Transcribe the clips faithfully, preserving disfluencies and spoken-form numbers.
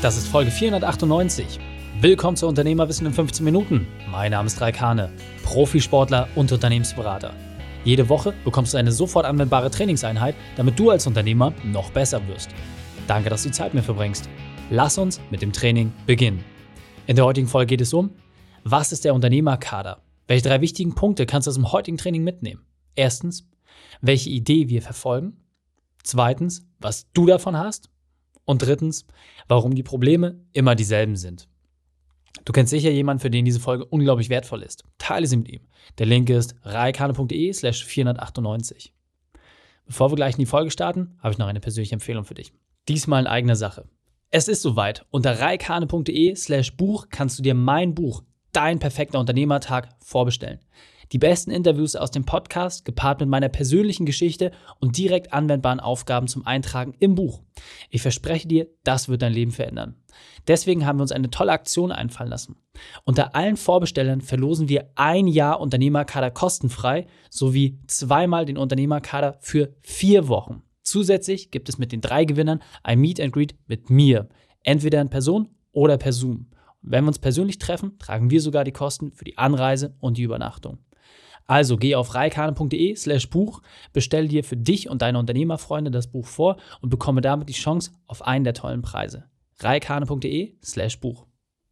Das ist Folge vierhundertachtundneunzig. Willkommen zu Unternehmerwissen in fünfzehn Minuten. Mein Name ist Raik Hane, Profisportler und Unternehmensberater. Jede Woche bekommst du eine sofort anwendbare Trainingseinheit, damit du als Unternehmer noch besser wirst. Danke, dass du die Zeit mit mir verbringst. Lass uns mit dem Training beginnen. In der heutigen Folge geht es um: Was ist der Unternehmerkader? Welche drei wichtigen Punkte kannst du aus dem heutigen Training mitnehmen? Erstens, welche Idee wir verfolgen. Zweitens, was du davon hast. Und drittens, warum die Probleme immer dieselben sind. Du kennst sicher jemanden, für den diese Folge unglaublich wertvoll ist. Teile sie mit ihm. Der Link ist raikane.de slash vierhundertachtundneunzig. Bevor wir gleich in die Folge starten, habe ich noch eine persönliche Empfehlung für dich. Diesmal in eigener Sache. Es ist soweit. Unter raikane.de slash Buch kannst du dir mein Buch Dein perfekter Unternehmertag vorbestellen. Die besten Interviews aus dem Podcast, gepaart mit meiner persönlichen Geschichte und direkt anwendbaren Aufgaben zum Eintragen im Buch. Ich verspreche dir, das wird dein Leben verändern. Deswegen haben wir uns eine tolle Aktion einfallen lassen. Unter allen Vorbestellern verlosen wir ein Jahr Unternehmerkader kostenfrei sowie zweimal den Unternehmerkader für vier Wochen. Zusätzlich gibt es mit den drei Gewinnern ein Meet and Greet mit mir, entweder in Person oder per Zoom. Wenn wir uns persönlich treffen, tragen wir sogar die Kosten für die Anreise und die Übernachtung. Also geh auf raikane.de slash Buch, bestell dir für dich und deine Unternehmerfreunde das Buch vor und bekomme damit die Chance auf einen der tollen Preise. raikane.de slash Buch.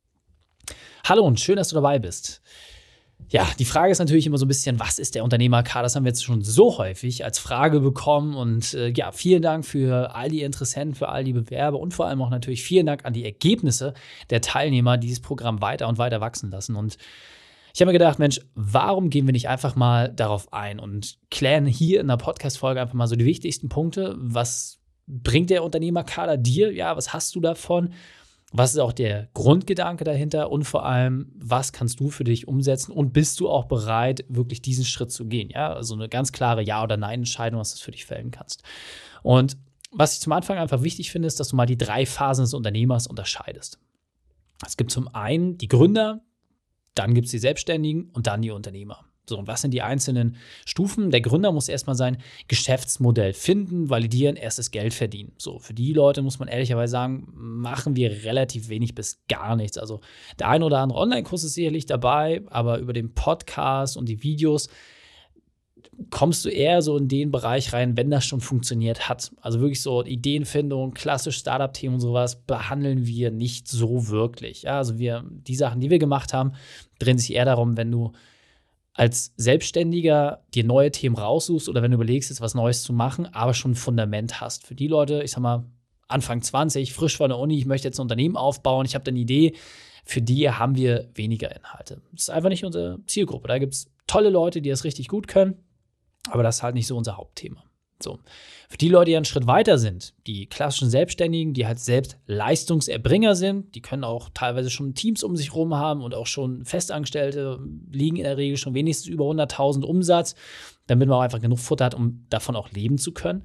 Hallo und schön, dass du dabei bist. Ja, die Frage ist natürlich immer so ein bisschen, was ist der Unternehmerkader? Das haben wir jetzt schon so häufig als Frage bekommen und äh, ja, vielen Dank für all die Interessenten, für all die Bewerber und vor allem auch natürlich vielen Dank an die Ergebnisse der Teilnehmer, die dieses Programm weiter und weiter wachsen lassen. Und ich habe mir gedacht, Mensch, warum gehen wir nicht einfach mal darauf ein und klären hier in der Podcast-Folge einfach mal so die wichtigsten Punkte. Was bringt der Unternehmerkader dir? Ja, was hast du davon? Was ist auch der Grundgedanke dahinter? Und vor allem, was kannst du für dich umsetzen? Und bist du auch bereit, wirklich diesen Schritt zu gehen? Ja, also eine ganz klare Ja- oder Nein-Entscheidung, was du für dich fällen kannst. Und was ich zum Anfang einfach wichtig finde, ist, dass du mal die drei Phasen des Unternehmers unterscheidest. Es gibt zum einen die Gründer, dann gibt es die Selbstständigen und dann die Unternehmer. So, und was sind die einzelnen Stufen? Der Gründer muss erstmal sein Geschäftsmodell finden, validieren, erstes Geld verdienen. So, für die Leute muss man ehrlicherweise sagen, machen wir relativ wenig bis gar nichts. Also der ein oder andere Online-Kurs ist sicherlich dabei, aber über den Podcast und die Videos kommst du eher so in den Bereich rein, wenn das schon funktioniert hat. Also wirklich so Ideenfindung, klassisch Startup-Themen und sowas behandeln wir nicht so wirklich. Ja, also wir, die Sachen, die wir gemacht haben, drehen sich eher darum, wenn du als Selbstständiger dir neue Themen raussuchst oder wenn du überlegst, jetzt was Neues zu machen, aber schon ein Fundament hast. Für die Leute, ich sag mal, Anfang zwanzig, frisch von der Uni, ich möchte jetzt ein Unternehmen aufbauen, ich habe eine Idee, für die haben wir weniger Inhalte. Das ist einfach nicht unsere Zielgruppe. Da gibt es tolle Leute, die das richtig gut können, aber das ist halt nicht so unser Hauptthema. So. Für die Leute, die einen Schritt weiter sind, die klassischen Selbstständigen, die halt selbst Leistungserbringer sind, die können auch teilweise schon Teams um sich rum haben und auch schon Festangestellte, liegen in der Regel schon wenigstens über hunderttausend Umsatz, damit man auch einfach genug Futter hat, um davon auch leben zu können.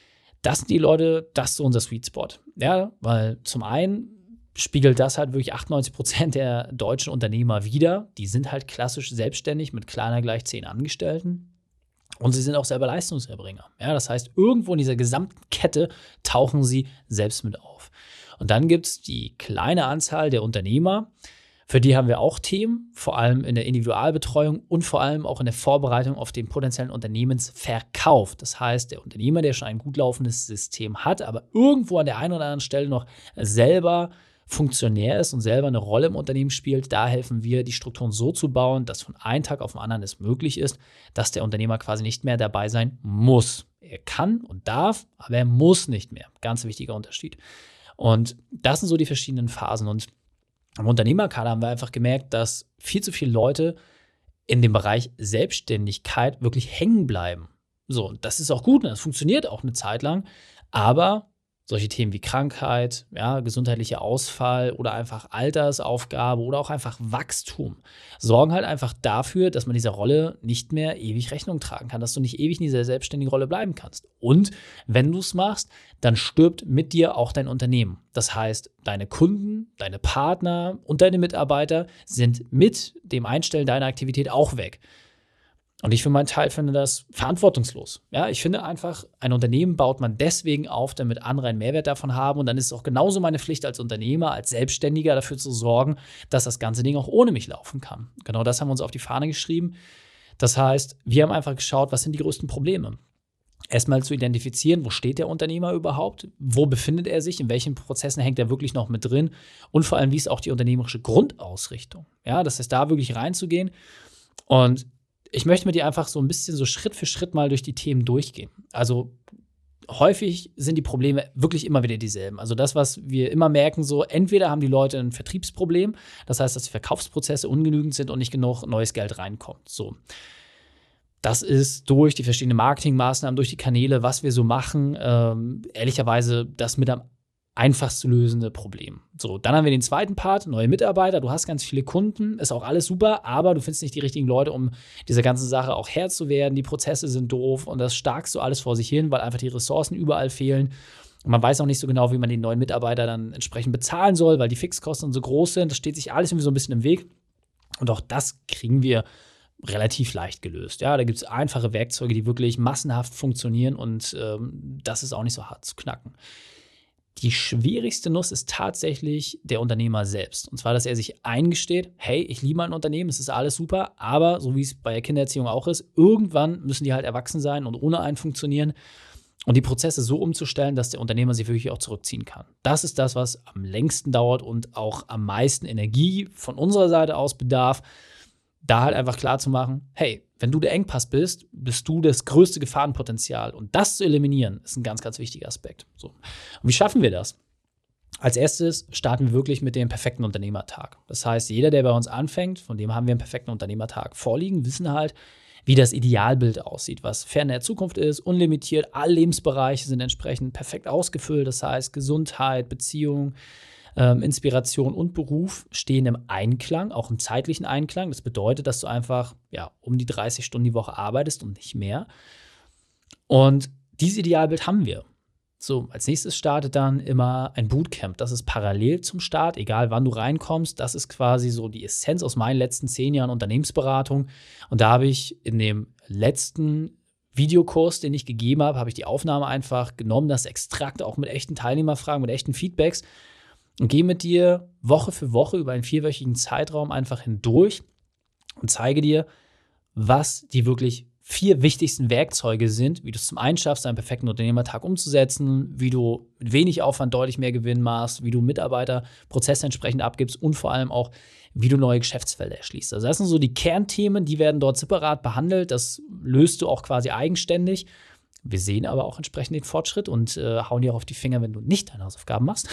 Das sind die Leute, das ist so unser Sweet Spot. Ja, weil zum einen spiegelt das halt wirklich achtundneunzig Prozent der deutschen Unternehmer wider. Die sind halt klassisch selbstständig mit kleiner gleich zehn Angestellten. Und sie sind auch selber Leistungserbringer. Ja, das heißt, irgendwo in dieser gesamten Kette tauchen sie selbst mit auf. Und dann gibt es die kleine Anzahl der Unternehmer, für die haben wir auch Themen, vor allem in der Individualbetreuung und vor allem auch in der Vorbereitung auf den potenziellen Unternehmensverkauf. Das heißt, der Unternehmer, der schon ein gut laufendes System hat, aber irgendwo an der einen oder anderen Stelle noch selber Funktionär ist und selber eine Rolle im Unternehmen spielt, da helfen wir, die Strukturen so zu bauen, dass von einem Tag auf den anderen es möglich ist, dass der Unternehmer quasi nicht mehr dabei sein muss. Er kann und darf, aber er muss nicht mehr. Ganz wichtiger Unterschied. Und das sind so die verschiedenen Phasen. Und im Unternehmerkader haben wir einfach gemerkt, dass viel zu viele Leute in dem Bereich Selbstständigkeit wirklich hängen bleiben. So, und das ist auch gut, das funktioniert auch eine Zeit lang, aber solche Themen wie Krankheit, ja, gesundheitlicher Ausfall oder einfach Altersaufgabe oder auch einfach Wachstum sorgen halt einfach dafür, dass man dieser Rolle nicht mehr ewig Rechnung tragen kann, dass du nicht ewig in dieser selbstständigen Rolle bleiben kannst. Und wenn du es machst, dann stirbt mit dir auch dein Unternehmen. Das heißt, deine Kunden, deine Partner und deine Mitarbeiter sind mit dem Einstellen deiner Aktivität auch weg. Und ich für meinen Teil finde das verantwortungslos. Ja, ich finde einfach, ein Unternehmen baut man deswegen auf, damit andere einen Mehrwert davon haben. Und dann ist es auch genauso meine Pflicht als Unternehmer, als Selbstständiger dafür zu sorgen, dass das ganze Ding auch ohne mich laufen kann. Genau das haben wir uns auf die Fahne geschrieben. Das heißt, wir haben einfach geschaut, was sind die größten Probleme? Erstmal zu identifizieren, wo steht der Unternehmer überhaupt? Wo befindet er sich? In welchen Prozessen hängt er wirklich noch mit drin? Und vor allem, wie ist auch die unternehmerische Grundausrichtung? Ja, das heißt, da wirklich reinzugehen. Und ich möchte mit dir einfach so ein bisschen so Schritt für Schritt mal durch die Themen durchgehen. Also häufig sind die Probleme wirklich immer wieder dieselben. Also das, was wir immer merken, so entweder haben die Leute ein Vertriebsproblem, das heißt, dass die Verkaufsprozesse ungenügend sind und nicht genug neues Geld reinkommt. So. Das ist durch die verschiedenen Marketingmaßnahmen, durch die Kanäle, was wir so machen, ähm, ehrlicherweise das mit am einfachst zu lösende Problem. So, dann haben wir den zweiten Part, neue Mitarbeiter, du hast ganz viele Kunden, ist auch alles super, aber du findest nicht die richtigen Leute, um dieser ganzen Sache auch Herr zu werden. Die Prozesse sind doof und das starkst du alles vor sich hin, weil einfach die Ressourcen überall fehlen. Und man weiß auch nicht so genau, wie man den neuen Mitarbeiter dann entsprechend bezahlen soll, weil die Fixkosten so groß sind. Das steht sich alles irgendwie so ein bisschen im Weg. Und auch das kriegen wir relativ leicht gelöst. Ja, da gibt es einfache Werkzeuge, die wirklich massenhaft funktionieren und ähm, das ist auch nicht so hart zu knacken. Die schwierigste Nuss ist tatsächlich der Unternehmer selbst. Und zwar, dass er sich eingesteht, hey, ich liebe mein Unternehmen, es ist alles super, aber so wie es bei der Kindererziehung auch ist, irgendwann müssen die halt erwachsen sein und ohne einen funktionieren. Und die Prozesse so umzustellen, dass der Unternehmer sich wirklich auch zurückziehen kann. Das ist das, was am längsten dauert und auch am meisten Energie von unserer Seite aus bedarf, da halt einfach klar zu machen, hey, wenn du der Engpass bist, bist du das größte Gefahrenpotenzial. Und das zu eliminieren, ist ein ganz, ganz wichtiger Aspekt. So. Und wie schaffen wir das? Als erstes starten wir wirklich mit dem perfekten Unternehmertag. Das heißt, jeder, der bei uns anfängt, von dem haben wir einen perfekten Unternehmertag vorliegen, wissen halt, wie das Idealbild aussieht, was fern in der Zukunft ist, unlimitiert, alle Lebensbereiche sind entsprechend perfekt ausgefüllt. Das heißt, Gesundheit, Beziehung, ähm, Inspiration und Beruf stehen im Einklang, auch im zeitlichen Einklang. Das bedeutet, dass du einfach ja, um die dreißig Stunden die Woche arbeitest und nicht mehr. Und dieses Idealbild haben wir. So, als nächstes startet dann immer ein Bootcamp. Das ist parallel zum Start, egal wann du reinkommst. Das ist quasi so die Essenz aus meinen letzten zehn Jahren Unternehmensberatung. Und da habe ich in dem letzten Videokurs, den ich gegeben habe, habe ich die Aufnahme einfach genommen, das Extrakt auch mit echten Teilnehmerfragen, mit echten Feedbacks und gehe mit dir Woche für Woche über einen vierwöchigen Zeitraum einfach hindurch und zeige dir, was die wirklich vier wichtigsten Werkzeuge sind, wie du es zum einen schaffst, deinen perfekten Unternehmertag umzusetzen, wie du mit wenig Aufwand deutlich mehr Gewinn machst, wie du Mitarbeiter Prozesse entsprechend abgibst und vor allem auch, wie du neue Geschäftsfelder erschließt. Also das sind so die Kernthemen, die werden dort separat behandelt. Das löst du auch quasi eigenständig. Wir sehen aber auch entsprechend den Fortschritt und äh, hauen dir auch auf die Finger, wenn du nicht deine Hausaufgaben machst.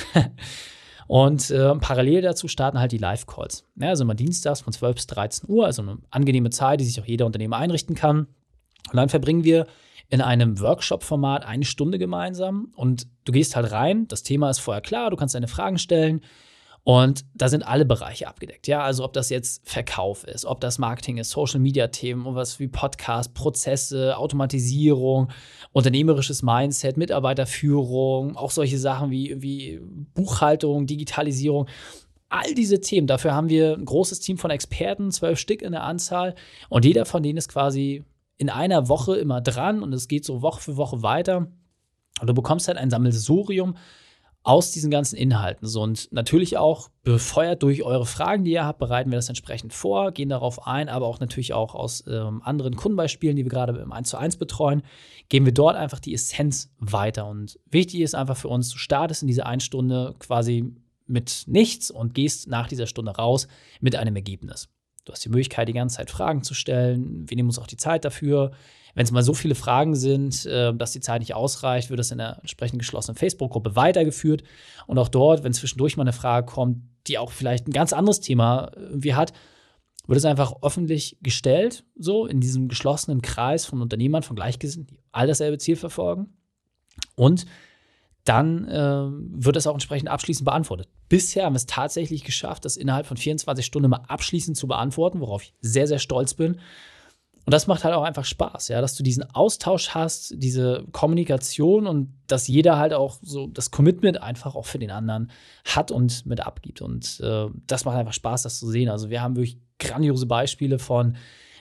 Und äh, parallel dazu starten halt die Live-Calls. Ja, also immer dienstags von zwölf bis dreizehn Uhr, also eine angenehme Zeit, die sich auch jeder Unternehmer einrichten kann. Und dann verbringen wir in einem Workshop-Format eine Stunde gemeinsam und du gehst halt rein, das Thema ist vorher klar, du kannst deine Fragen stellen und da sind alle Bereiche abgedeckt. Ja, also ob das jetzt Verkauf ist, ob das Marketing ist, Social-Media-Themen, was wie Podcast, Prozesse, Automatisierung, unternehmerisches Mindset, Mitarbeiterführung, auch solche Sachen wie, wie Buchhaltung, Digitalisierung. All diese Themen, dafür haben wir ein großes Team von Experten, zwölf Stück in der Anzahl und jeder von denen ist quasi in einer Woche immer dran und es geht so Woche für Woche weiter. Und du bekommst halt ein Sammelsurium aus diesen ganzen Inhalten. So, und natürlich auch befeuert durch eure Fragen, die ihr habt, bereiten wir das entsprechend vor, gehen darauf ein, aber auch natürlich auch aus ähm, anderen Kundenbeispielen, die wir gerade im eins zu eins betreuen, geben wir dort einfach die Essenz weiter. Und wichtig ist einfach für uns, du startest in dieser einen Stunde quasi mit nichts und gehst nach dieser Stunde raus mit einem Ergebnis. Du hast die Möglichkeit, die ganze Zeit Fragen zu stellen. Wir nehmen uns auch die Zeit dafür. Wenn es mal so viele Fragen sind, äh, dass die Zeit nicht ausreicht, wird das in der entsprechend geschlossenen Facebook-Gruppe weitergeführt. Und auch dort, wenn zwischendurch mal eine Frage kommt, die auch vielleicht ein ganz anderes Thema irgendwie hat, wird es einfach öffentlich gestellt, so in diesem geschlossenen Kreis von Unternehmern, von Gleichgesinnten, die all dasselbe Ziel verfolgen. Und dann äh, wird das auch entsprechend abschließend beantwortet. Bisher haben wir es tatsächlich geschafft, das innerhalb von vierundzwanzig Stunden mal abschließend zu beantworten, worauf ich sehr, sehr stolz bin. Und das macht halt auch einfach Spaß, ja, dass du diesen Austausch hast, diese Kommunikation und dass jeder halt auch so das Commitment einfach auch für den anderen hat und mit abgibt. Und äh, das macht einfach Spaß, das zu sehen. Also wir haben wirklich grandiose Beispiele von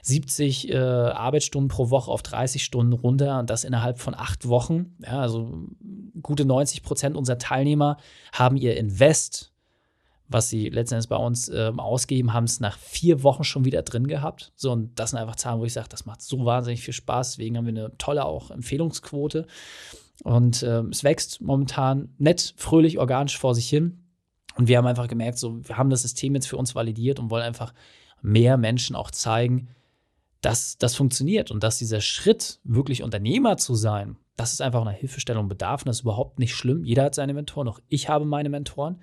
siebzig äh, Arbeitsstunden pro Woche auf dreißig Stunden runter und das innerhalb von acht Wochen. Ja, also gute neunzig Prozent unserer Teilnehmer haben ihr Invest, was sie letztendlich bei uns äh, ausgeben, haben es nach vier Wochen schon wieder drin gehabt. So, und das sind einfach Zahlen, wo ich sage, das macht so wahnsinnig viel Spaß. Deswegen haben wir eine tolle auch Empfehlungsquote. Und äh, es wächst momentan nett, fröhlich, organisch vor sich hin. Und wir haben einfach gemerkt, so, wir haben das System jetzt für uns validiert und wollen einfach mehr Menschen auch zeigen, dass das funktioniert und dass dieser Schritt, wirklich Unternehmer zu sein, dass es einfach einer Hilfestellung bedarf. Und das ist überhaupt nicht schlimm. Jeder hat seine Mentoren, auch ich habe meine Mentoren.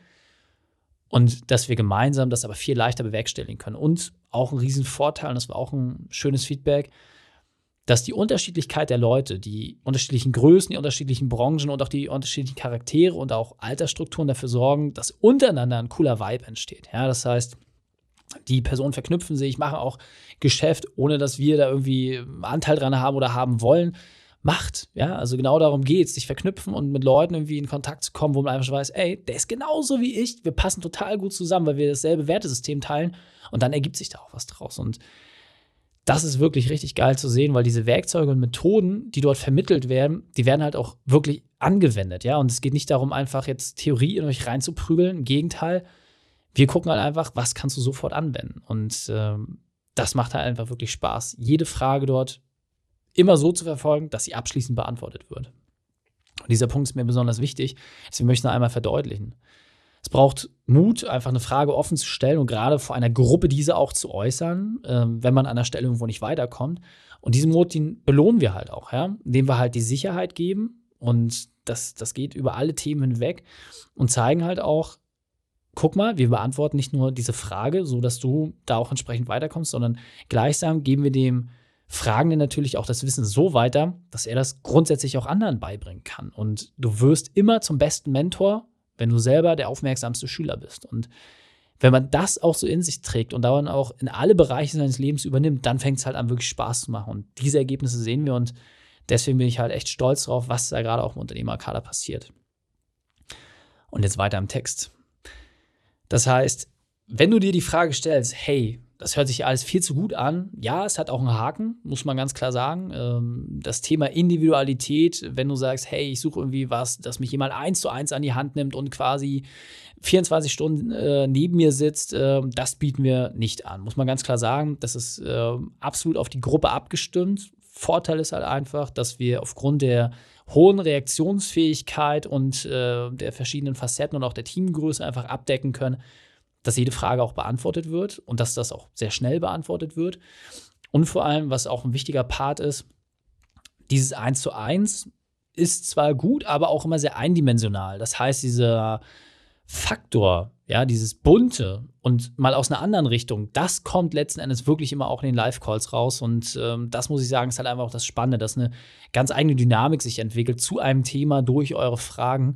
Und dass wir gemeinsam das aber viel leichter bewerkstelligen können. Und auch ein Riesenvorteil, und das war auch ein schönes Feedback, dass die Unterschiedlichkeit der Leute, die unterschiedlichen Größen, die unterschiedlichen Branchen und auch die unterschiedlichen Charaktere und auch Altersstrukturen dafür sorgen, dass untereinander ein cooler Vibe entsteht. Ja, das heißt, die Personen verknüpfen sich, machen auch Geschäft, ohne dass wir da irgendwie Anteil dran haben oder haben wollen. Macht, ja, also genau darum geht es, sich verknüpfen und mit Leuten irgendwie in Kontakt zu kommen, wo man einfach weiß, ey, der ist genauso wie ich, wir passen total gut zusammen, weil wir dasselbe Wertesystem teilen und dann ergibt sich da auch was draus. Und das ist wirklich richtig geil zu sehen, weil diese Werkzeuge und Methoden, die dort vermittelt werden, die werden halt auch wirklich angewendet, ja, und es geht nicht darum, einfach jetzt Theorie in euch reinzuprügeln, im Gegenteil, wir gucken halt einfach, was kannst du sofort anwenden und ähm, das macht halt einfach wirklich Spaß, jede Frage dort immer so zu verfolgen, dass sie abschließend beantwortet wird. Und dieser Punkt ist mir besonders wichtig, deswegen möchte ich noch einmal verdeutlichen. Es braucht Mut, einfach eine Frage offen zu stellen und gerade vor einer Gruppe diese auch zu äußern, äh, wenn man an der Stelle irgendwo nicht weiterkommt. Und diesen Mut, den belohnen wir halt auch, ja? Indem wir halt die Sicherheit geben und das, das geht über alle Themen hinweg und zeigen halt auch, guck mal, wir beantworten nicht nur diese Frage, so dass du da auch entsprechend weiterkommst, sondern gleichsam geben wir dem Fragenden natürlich auch das Wissen so weiter, dass er das grundsätzlich auch anderen beibringen kann. Und du wirst immer zum besten Mentor, wenn du selber der aufmerksamste Schüler bist. Und wenn man das auch so in sich trägt und dann auch in alle Bereiche seines Lebens übernimmt, dann fängt es halt an, wirklich Spaß zu machen. Und diese Ergebnisse sehen wir und deswegen bin ich halt echt stolz drauf, was da gerade auch im Unternehmerkader passiert. Und jetzt weiter im Text. Das heißt, wenn du dir die Frage stellst, hey, das hört sich alles viel zu gut an. Ja, es hat auch einen Haken, muss man ganz klar sagen. Das Thema Individualität, wenn du sagst, hey, ich suche irgendwie was, dass mich jemand eins zu eins an die Hand nimmt und quasi vierundzwanzig Stunden äh, neben mir sitzt, äh, das bieten wir nicht an. Muss man ganz klar sagen, das ist äh, absolut auf die Gruppe abgestimmt. Vorteil ist halt einfach, dass wir aufgrund der hohen Reaktionsfähigkeit und äh, der verschiedenen Facetten und auch der Teamgröße einfach abdecken können, dass jede Frage auch beantwortet wird und dass das auch sehr schnell beantwortet wird. Und vor allem, was auch ein wichtiger Part ist, dieses eins zu eins ist zwar gut, aber auch immer sehr eindimensional. Das heißt, dieser Faktor, ja, dieses Bunte und mal aus einer anderen Richtung, das kommt letzten Endes wirklich immer auch in den Live-Calls raus. Und ähm, das muss ich sagen, ist halt einfach auch das Spannende, dass eine ganz eigene Dynamik sich entwickelt zu einem Thema durch eure Fragen.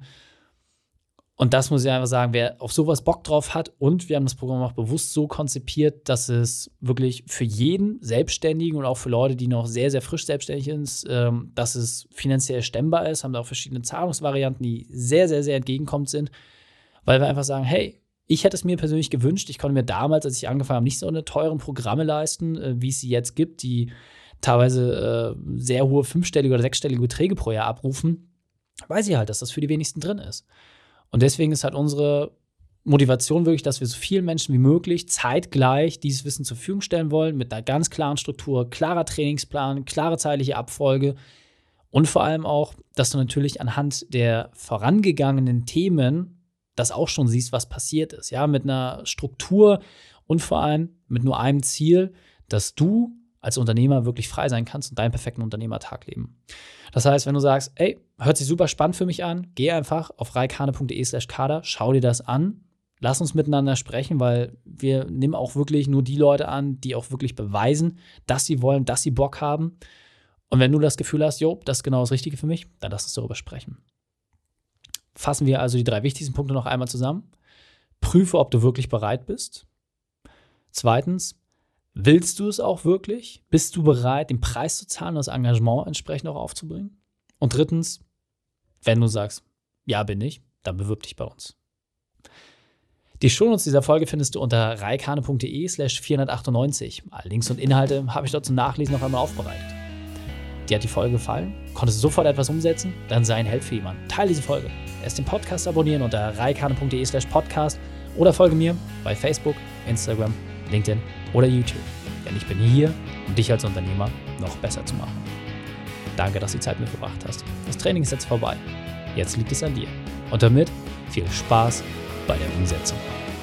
Und das muss ich einfach sagen, wer auf sowas Bock drauf hat und wir haben das Programm auch bewusst so konzipiert, dass es wirklich für jeden Selbstständigen und auch für Leute, die noch sehr, sehr frisch selbstständig sind, ähm, dass es finanziell stemmbar ist, haben da auch verschiedene Zahlungsvarianten, die sehr, sehr, sehr entgegenkommend sind, weil wir einfach sagen, hey, ich hätte es mir persönlich gewünscht, ich konnte mir damals, als ich angefangen habe, nicht so eine teuren Programme leisten, äh, wie es sie jetzt gibt, die teilweise äh, sehr hohe fünfstellige oder sechsstellige Beträge pro Jahr abrufen, weiß ich halt, dass das für die wenigsten drin ist. Und deswegen ist halt unsere Motivation wirklich, dass wir so vielen Menschen wie möglich zeitgleich dieses Wissen zur Verfügung stellen wollen, mit einer ganz klaren Struktur, klarer Trainingsplan, klare zeitliche Abfolge und vor allem auch, dass du natürlich anhand der vorangegangenen Themen das auch schon siehst, was passiert ist. Ja, mit einer Struktur und vor allem mit nur einem Ziel, dass du als Unternehmer wirklich frei sein kannst und deinen perfekten Unternehmertag leben. Das heißt, wenn du sagst, ey, hört sich super spannend für mich an, geh einfach auf reikane.de slash kader, schau dir das an, lass uns miteinander sprechen, weil wir nehmen auch wirklich nur die Leute an, die auch wirklich beweisen, dass sie wollen, dass sie Bock haben. Und wenn du das Gefühl hast, jo, das ist genau das Richtige für mich, dann lass uns darüber sprechen. Fassen wir also die drei wichtigsten Punkte noch einmal zusammen. Prüfe, ob du wirklich bereit bist. Zweitens, willst du es auch wirklich? Bist du bereit, den Preis zu zahlen und das Engagement entsprechend auch aufzubringen? Und drittens, wenn du sagst, ja, bin ich, dann bewirb dich bei uns. Die Shownotes dieser Folge findest du unter reikane.de slash vierhundertachtundneunzig. Alle Links und Inhalte habe ich dort zum Nachlesen noch einmal aufbereitet. Dir hat die Folge gefallen? Konntest du sofort etwas umsetzen? Dann sei ein Held für jemanden. Teil diese Folge. Erst den Podcast abonnieren unter reikane.de slash podcast oder folge mir bei Facebook, Instagram, LinkedIn oder YouTube. Denn ich bin hier, um dich als Unternehmer noch besser zu machen. Danke, dass du die Zeit mit verbracht hast. Das Training ist jetzt vorbei. Jetzt liegt es an dir. Und damit viel Spaß bei der Umsetzung.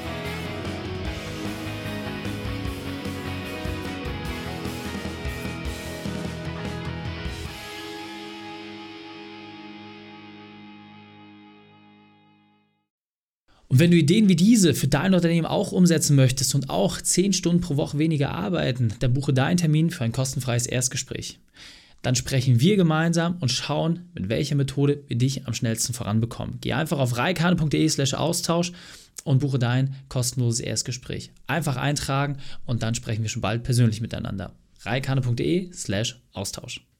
Und wenn du Ideen wie diese für dein Unternehmen auch umsetzen möchtest und auch zehn Stunden pro Woche weniger arbeiten, dann buche deinen Termin für ein kostenfreies Erstgespräch. Dann sprechen wir gemeinsam und schauen, mit welcher Methode wir dich am schnellsten voranbekommen. Geh einfach auf reikane.de slash Austausch und buche dein kostenloses Erstgespräch. Einfach eintragen und dann sprechen wir schon bald persönlich miteinander. reikane.de slash Austausch.